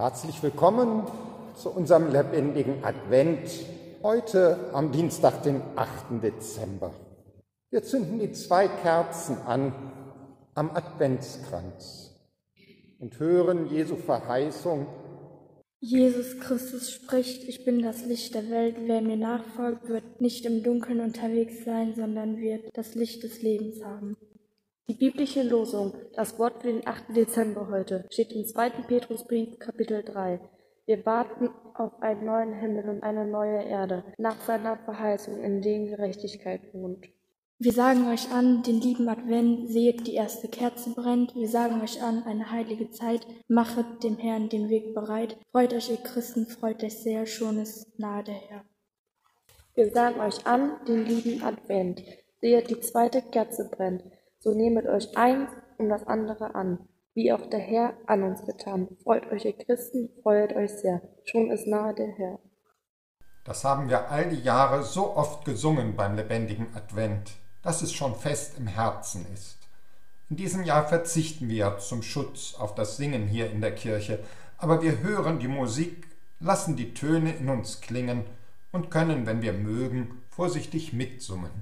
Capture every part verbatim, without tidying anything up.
Herzlich willkommen zu unserem lebendigen Advent, heute am Dienstag, den achten Dezember. Wir zünden die zwei Kerzen an am Adventskranz und hören Jesu Verheißung. Jesus Christus spricht: Ich bin das Licht der Welt. Wer mir nachfolgt, wird nicht im Dunkeln unterwegs sein, sondern wird das Licht des Lebens haben. Die biblische Losung, das Wort für den achten Dezember heute, steht im zweiten Petrusbrief, Kapitel drei. Wir warten auf einen neuen Himmel und eine neue Erde, nach seiner Verheißung, in denen Gerechtigkeit wohnt. Wir sagen euch an, den lieben Advent, seht, die erste Kerze brennt. Wir sagen euch an, eine heilige Zeit, machet dem Herrn den Weg bereit. Freut euch, ihr Christen, freut euch sehr, schon ist nahe der Herr. Wir sagen euch an, den lieben Advent, seht, die zweite Kerze brennt. So nehmet euch eins und das andere an, wie auch der Herr an uns getan. Freut euch, ihr Christen, freut euch sehr, schon ist nahe der Herr. Das haben wir all die Jahre so oft gesungen beim lebendigen Advent, dass es schon fest im Herzen ist. In diesem Jahr verzichten wir zum Schutz auf das Singen hier in der Kirche, aber wir hören die Musik, lassen die Töne in uns klingen und können, wenn wir mögen, vorsichtig mitsummen.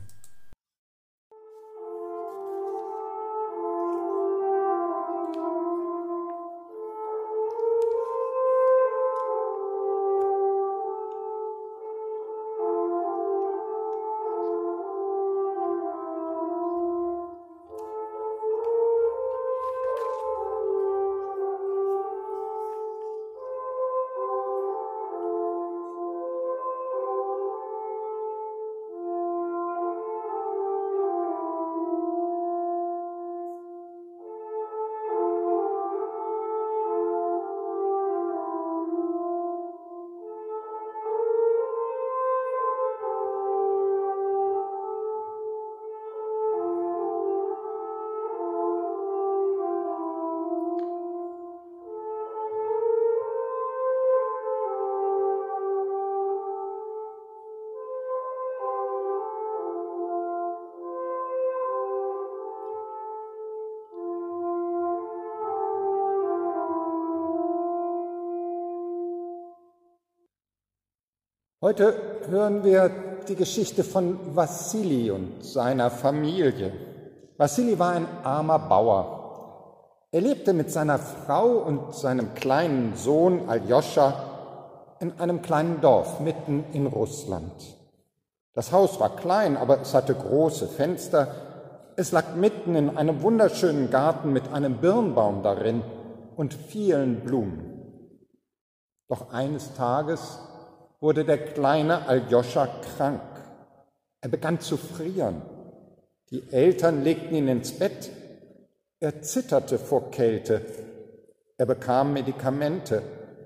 Heute hören wir die Geschichte von Wassili und seiner Familie. Wassili war ein armer Bauer. Er lebte mit seiner Frau und seinem kleinen Sohn Aljoscha in einem kleinen Dorf mitten in Russland. Das Haus war klein, aber es hatte große Fenster. Es lag mitten in einem wunderschönen Garten mit einem Birnbaum darin und vielen Blumen. Doch eines Tages wurde der kleine Aljoscha krank. Er begann zu frieren. Die Eltern legten ihn ins Bett. Er zitterte vor Kälte. Er bekam Medikamente,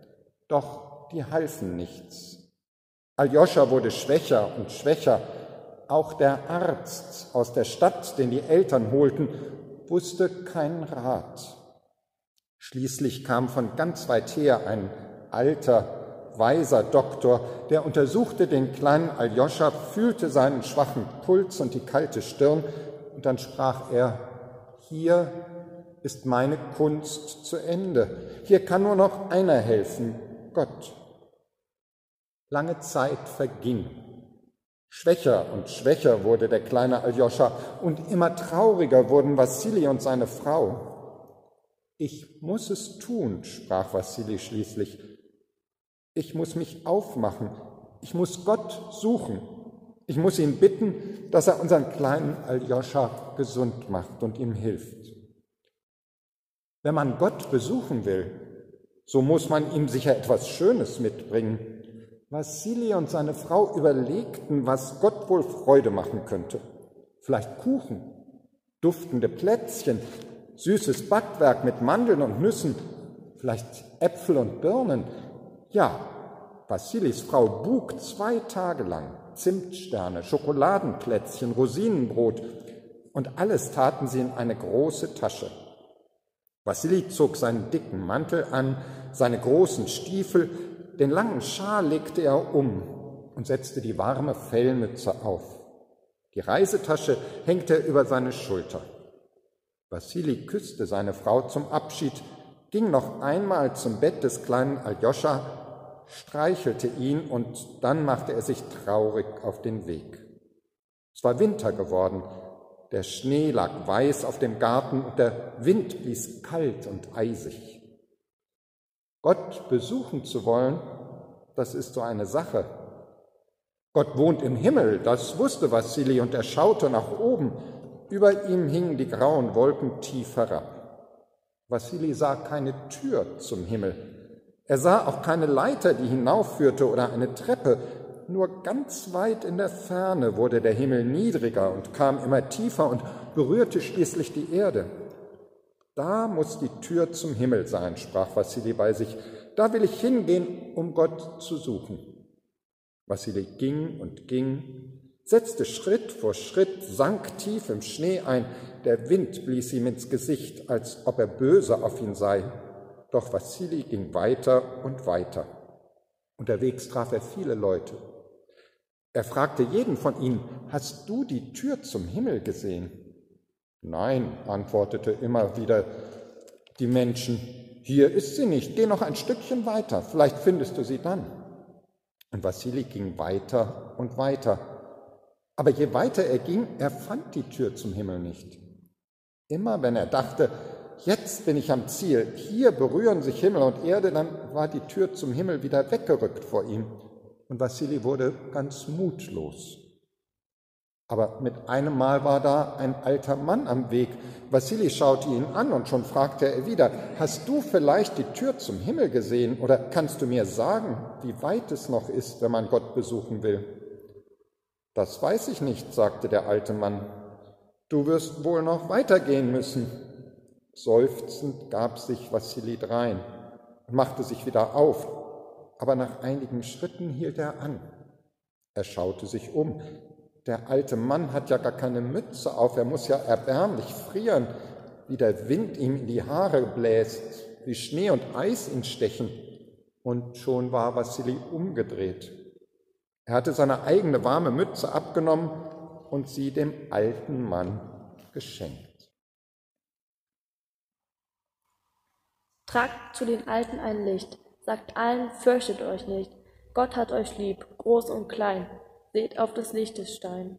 doch die halfen nichts. Aljoscha wurde schwächer und schwächer. Auch der Arzt aus der Stadt, den die Eltern holten, wusste keinen Rat. Schließlich kam von ganz weit her ein alter, weiser Doktor, der untersuchte den kleinen Aljoscha, fühlte seinen schwachen Puls und die kalte Stirn, und dann sprach er: Hier ist meine Kunst zu Ende. Hier kann nur noch einer helfen, Gott. Lange Zeit verging. Schwächer und schwächer wurde der kleine Aljoscha, und immer trauriger wurden Wassili und seine Frau. Ich muss es tun, sprach Wassili schließlich. Ich muss mich aufmachen, ich muss Gott suchen, ich muss ihn bitten, dass er unseren kleinen Aljoscha gesund macht und ihm hilft. Wenn man Gott besuchen will, so muss man ihm sicher etwas Schönes mitbringen. Wassili und seine Frau überlegten, was Gott wohl Freude machen könnte. Vielleicht Kuchen, duftende Plätzchen, süßes Backwerk mit Mandeln und Nüssen, vielleicht Äpfel und Birnen. Ja, Wassilis Frau buk zwei Tage lang Zimtsterne, Schokoladenplätzchen, Rosinenbrot, und alles taten sie in eine große Tasche. Wassili zog seinen dicken Mantel an, seine großen Stiefel, den langen Schal legte er um und setzte die warme Fellmütze auf. Die Reisetasche hängte er über seine Schulter. Wassili küsste seine Frau zum Abschied, ging noch einmal zum Bett des kleinen Aljoscha, streichelte ihn und dann machte er sich traurig auf den Weg. Es war Winter geworden, der Schnee lag weiß auf dem Garten und der Wind blies kalt und eisig. Gott besuchen zu wollen, das ist so eine Sache. Gott wohnt im Himmel, das wusste Wassili, und er schaute nach oben. Über ihm hingen die grauen Wolken tief herab. Wassili sah keine Tür zum Himmel. Er sah auch keine Leiter, die hinaufführte, oder eine Treppe. Nur ganz weit in der Ferne wurde der Himmel niedriger und kam immer tiefer und berührte schließlich die Erde. Da muss die Tür zum Himmel sein, sprach Wassili bei sich. Da will ich hingehen, um Gott zu suchen. Wassili ging und ging, setzte Schritt vor Schritt, sank tief im Schnee ein. Der Wind blies ihm ins Gesicht, als ob er böse auf ihn sei. Doch Wassili ging weiter und weiter. Unterwegs traf er viele Leute. Er fragte jeden von ihnen: Hast du die Tür zum Himmel gesehen? Nein, antwortete immer wieder die Menschen. Hier ist sie nicht, geh noch ein Stückchen weiter, vielleicht findest du sie dann. Und Wassili ging weiter und weiter. Aber je weiter er ging, er fand die Tür zum Himmel nicht. Immer wenn er dachte, jetzt bin ich am Ziel, hier berühren sich Himmel und Erde, dann war die Tür zum Himmel wieder weggerückt vor ihm. Und Wassili wurde ganz mutlos. Aber mit einem Mal war da ein alter Mann am Weg. Wassili schaute ihn an und schon fragte er wieder: Hast du vielleicht die Tür zum Himmel gesehen oder kannst du mir sagen, wie weit es noch ist, wenn man Gott besuchen will? Das weiß ich nicht, sagte der alte Mann. Du wirst wohl noch weitergehen müssen. Seufzend gab sich Wassili drein und machte sich wieder auf. Aber nach einigen Schritten hielt er an. Er schaute sich um. Der alte Mann hat ja gar keine Mütze auf, er muss ja erbärmlich frieren, wie der Wind ihm in die Haare bläst, wie Schnee und Eis ihn stechen. Und schon war Wassili umgedreht. Er hatte seine eigene warme Mütze abgenommen und sie dem alten Mann geschenkt. Tragt zu den Alten ein Licht, sagt allen, fürchtet euch nicht. Gott hat euch lieb, groß und klein. Seht auf des Lichtes Stein.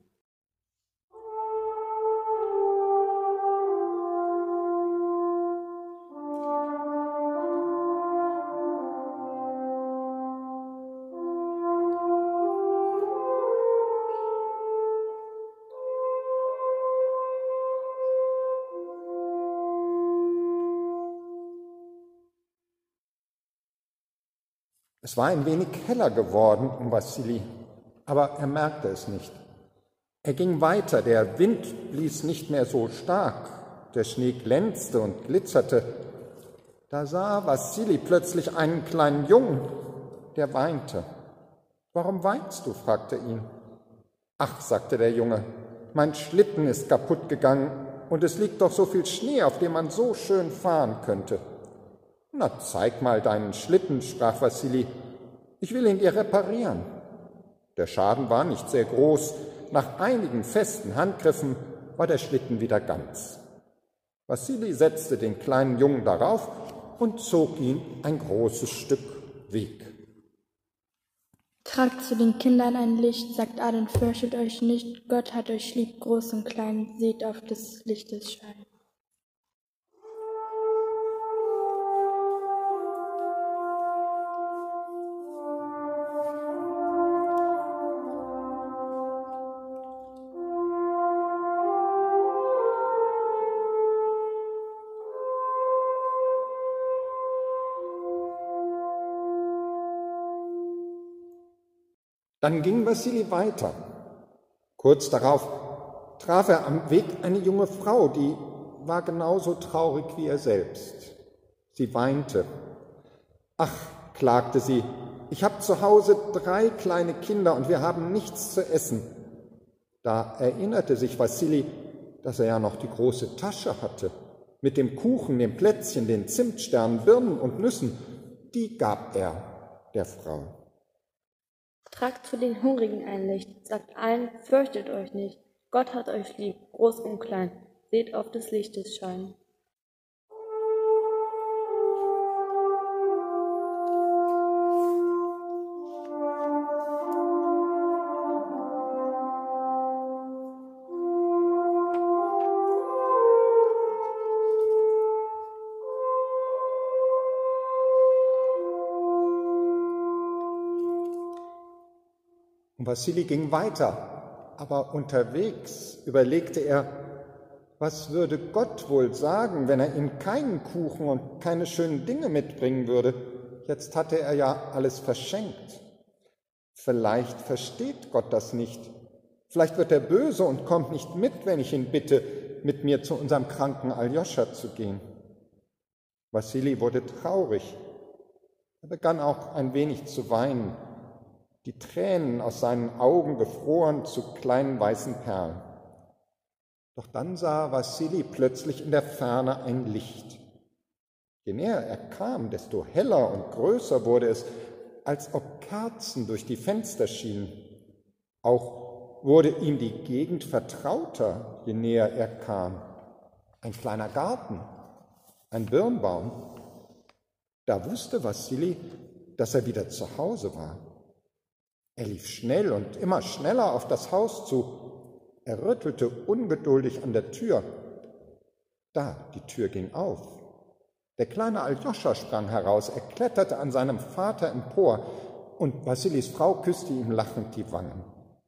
Es war ein wenig heller geworden um Wassili, aber er merkte es nicht. Er ging weiter, der Wind blies nicht mehr so stark, der Schnee glänzte und glitzerte. Da sah Wassili plötzlich einen kleinen Jungen, der weinte. »Warum weinst du?« fragte ihn. »Ach«, sagte der Junge, »mein Schlitten ist kaputt gegangen und es liegt doch so viel Schnee, auf dem man so schön fahren könnte.« »Na, zeig mal deinen Schlitten«, sprach Wassili, »ich will ihn dir reparieren.« Der Schaden war nicht sehr groß. Nach einigen festen Handgriffen war der Schlitten wieder ganz. Wassili setzte den kleinen Jungen darauf und zog ihn ein großes Stück Weg. Tragt zu den Kindern ein Licht, sagt allen, fürchtet euch nicht. Gott hat euch lieb, groß und klein, seht auf des Lichtes Schein. Dann ging Wassili weiter. Kurz darauf traf er am Weg eine junge Frau, die war genauso traurig wie er selbst. Sie weinte. »Ach«, klagte sie, »ich habe zu Hause drei kleine Kinder und wir haben nichts zu essen.« Da erinnerte sich Wassili, dass er ja noch die große Tasche hatte, mit dem Kuchen, dem Plätzchen, den Zimtsternen, Birnen und Nüssen. Die gab er der Frau. Tragt zu den Hungrigen ein Licht, sagt allen, fürchtet euch nicht. Gott hat euch lieb, groß und klein, seht auf des Lichtes Schein. Und Wassili ging weiter, aber unterwegs überlegte er, was würde Gott wohl sagen, wenn er ihm keinen Kuchen und keine schönen Dinge mitbringen würde? Jetzt hatte er ja alles verschenkt. Vielleicht versteht Gott das nicht. Vielleicht wird er böse und kommt nicht mit, wenn ich ihn bitte, mit mir zu unserem kranken Aljoscha zu gehen. Wassili wurde traurig. Er begann auch ein wenig zu weinen. Die Tränen aus seinen Augen gefroren zu kleinen weißen Perlen. Doch dann sah Wassili plötzlich in der Ferne ein Licht. Je näher er kam, desto heller und größer wurde es, als ob Kerzen durch die Fenster schienen. Auch wurde ihm die Gegend vertrauter, je näher er kam. Ein kleiner Garten, ein Birnbaum. Da wusste Wassili, dass er wieder zu Hause war. Er lief schnell und immer schneller auf das Haus zu. Er rüttelte ungeduldig an der Tür. Da, die Tür ging auf. Der kleine Aljoscha sprang heraus, er kletterte an seinem Vater empor und Wassilis Frau küsste ihm lachend die Wangen.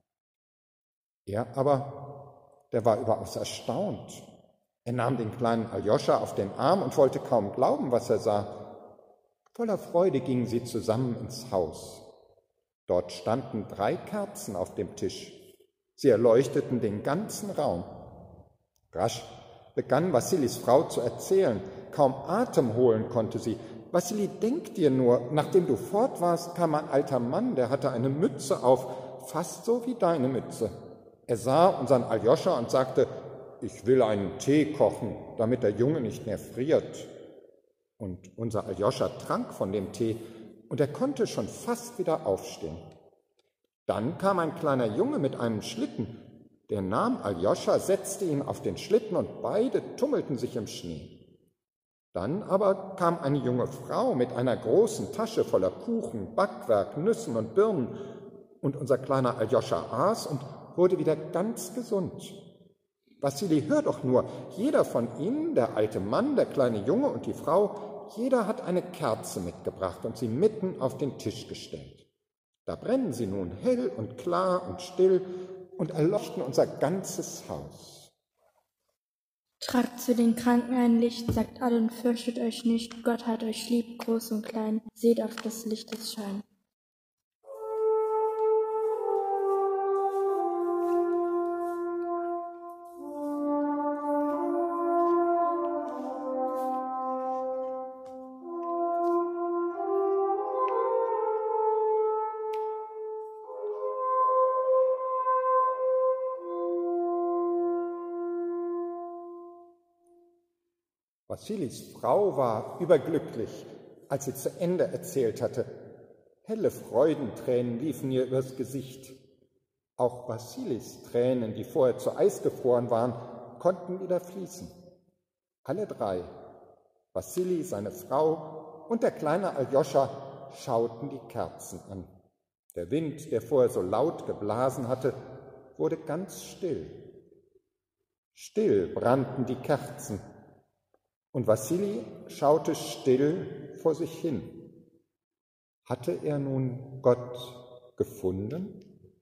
Er aber, der war überaus erstaunt. Er nahm den kleinen Aljoscha auf den Arm und wollte kaum glauben, was er sah. Voller Freude gingen sie zusammen ins Haus. Dort standen drei Kerzen auf dem Tisch. Sie erleuchteten den ganzen Raum. Rasch begann Wassilis Frau zu erzählen. Kaum Atem holen konnte sie. Wassili, denk dir nur, nachdem du fort warst, kam ein alter Mann, der hatte eine Mütze auf, fast so wie deine Mütze. Er sah unseren Aljoscha und sagte, ich will einen Tee kochen, damit der Junge nicht mehr friert. Und unser Aljoscha trank von dem Tee und er konnte schon fast wieder aufstehen. Dann kam ein kleiner Junge mit einem Schlitten. Der nahm Aljoscha, setzte ihn auf den Schlitten und beide tummelten sich im Schnee. Dann aber kam eine junge Frau mit einer großen Tasche voller Kuchen, Backwerk, Nüssen und Birnen. Und unser kleiner Aljoscha aß und wurde wieder ganz gesund. Wassili, hör doch nur, jeder von ihnen, der alte Mann, der kleine Junge und die Frau, jeder hat eine Kerze mitgebracht und sie mitten auf den Tisch gestellt. Da brennen sie nun hell und klar und still und erleuchten unser ganzes Haus. Tragt zu den Kranken ein Licht, sagt allen, fürchtet euch nicht, Gott hat euch lieb, groß und klein, seht auf des Lichtes Schein. Wassilis Frau war überglücklich, als sie zu Ende erzählt hatte. Helle Freudentränen liefen ihr übers Gesicht. Auch Wassilis Tränen, die vorher zu Eis gefroren waren, konnten wieder fließen. Alle drei, Wassili, seine Frau und der kleine Aljoscha, schauten die Kerzen an. Der Wind, der vorher so laut geblasen hatte, wurde ganz still. Still brannten die Kerzen. Und Wassili schaute still vor sich hin. Hatte er nun Gott gefunden?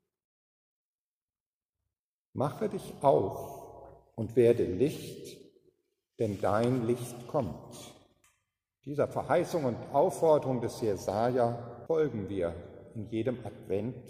Mache dich auf und werde Licht, denn dein Licht kommt. Dieser Verheißung und Aufforderung des Jesaja folgen wir in jedem Advent.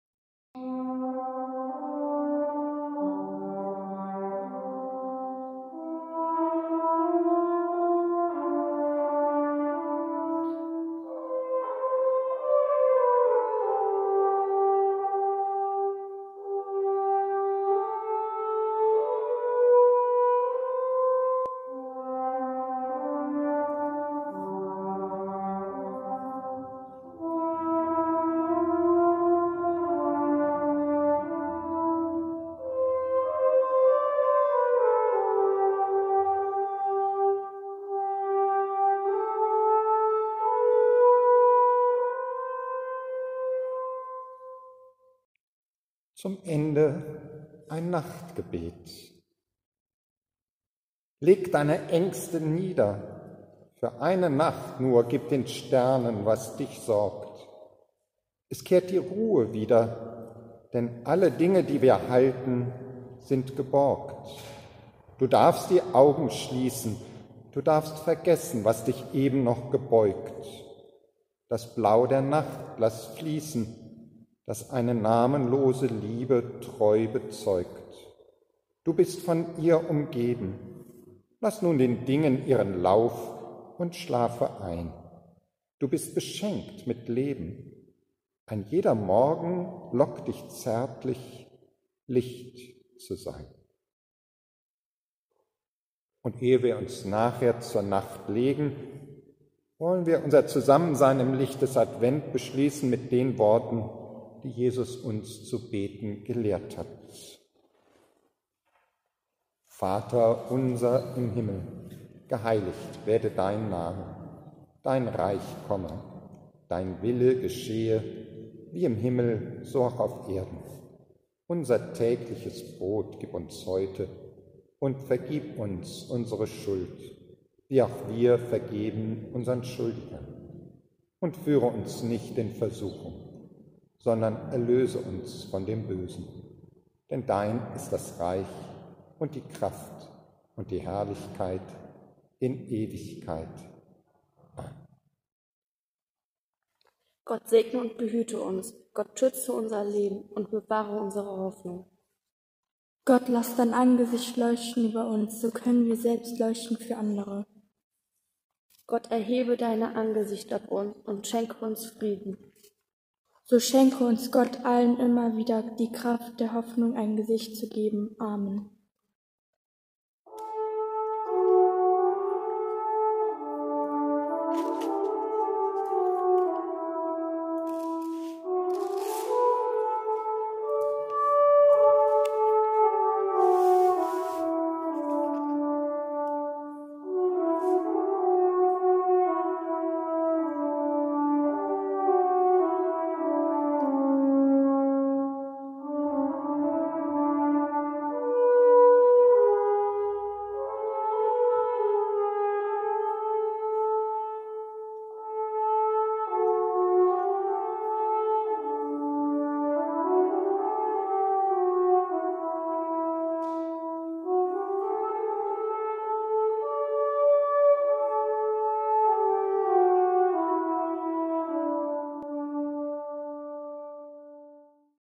Zum Ende ein Nachtgebet. Leg deine Ängste nieder, für eine Nacht nur gib den Sternen, was dich sorgt. Es kehrt die Ruhe wieder, denn alle Dinge, die wir halten, sind geborgt. Du darfst die Augen schließen, du darfst vergessen, was dich eben noch gebeugt. Das Blau der Nacht lass fließen, das eine namenlose Liebe treu bezeugt. Du bist von ihr umgeben. Lass nun den Dingen ihren Lauf und schlafe ein. Du bist beschenkt mit Leben. Ein jeder Morgen lockt dich zärtlich, Licht zu sein. Und ehe wir uns nachher zur Nacht legen, wollen wir unser Zusammensein im Licht des Advent beschließen mit den Worten, die Jesus uns zu beten gelehrt hat. Vater unser im Himmel, geheiligt werde dein Name, dein Reich komme, dein Wille geschehe, wie im Himmel, so auch auf Erden. Unser tägliches Brot gib uns heute und vergib uns unsere Schuld, wie auch wir vergeben unseren Schuldigern. Und führe uns nicht in Versuchung, sondern erlöse uns von dem Bösen. Denn dein ist das Reich und die Kraft und die Herrlichkeit in Ewigkeit. Amen. Gott segne und behüte uns. Gott schütze unser Leben und bewahre unsere Hoffnung. Gott, lass dein Angesicht leuchten über uns, so können wir selbst leuchten für andere. Gott, erhebe deine Angesicht auf uns und schenke uns Frieden. So schenke uns Gott allen immer wieder die Kraft der Hoffnung ein Gesicht zu geben. Amen.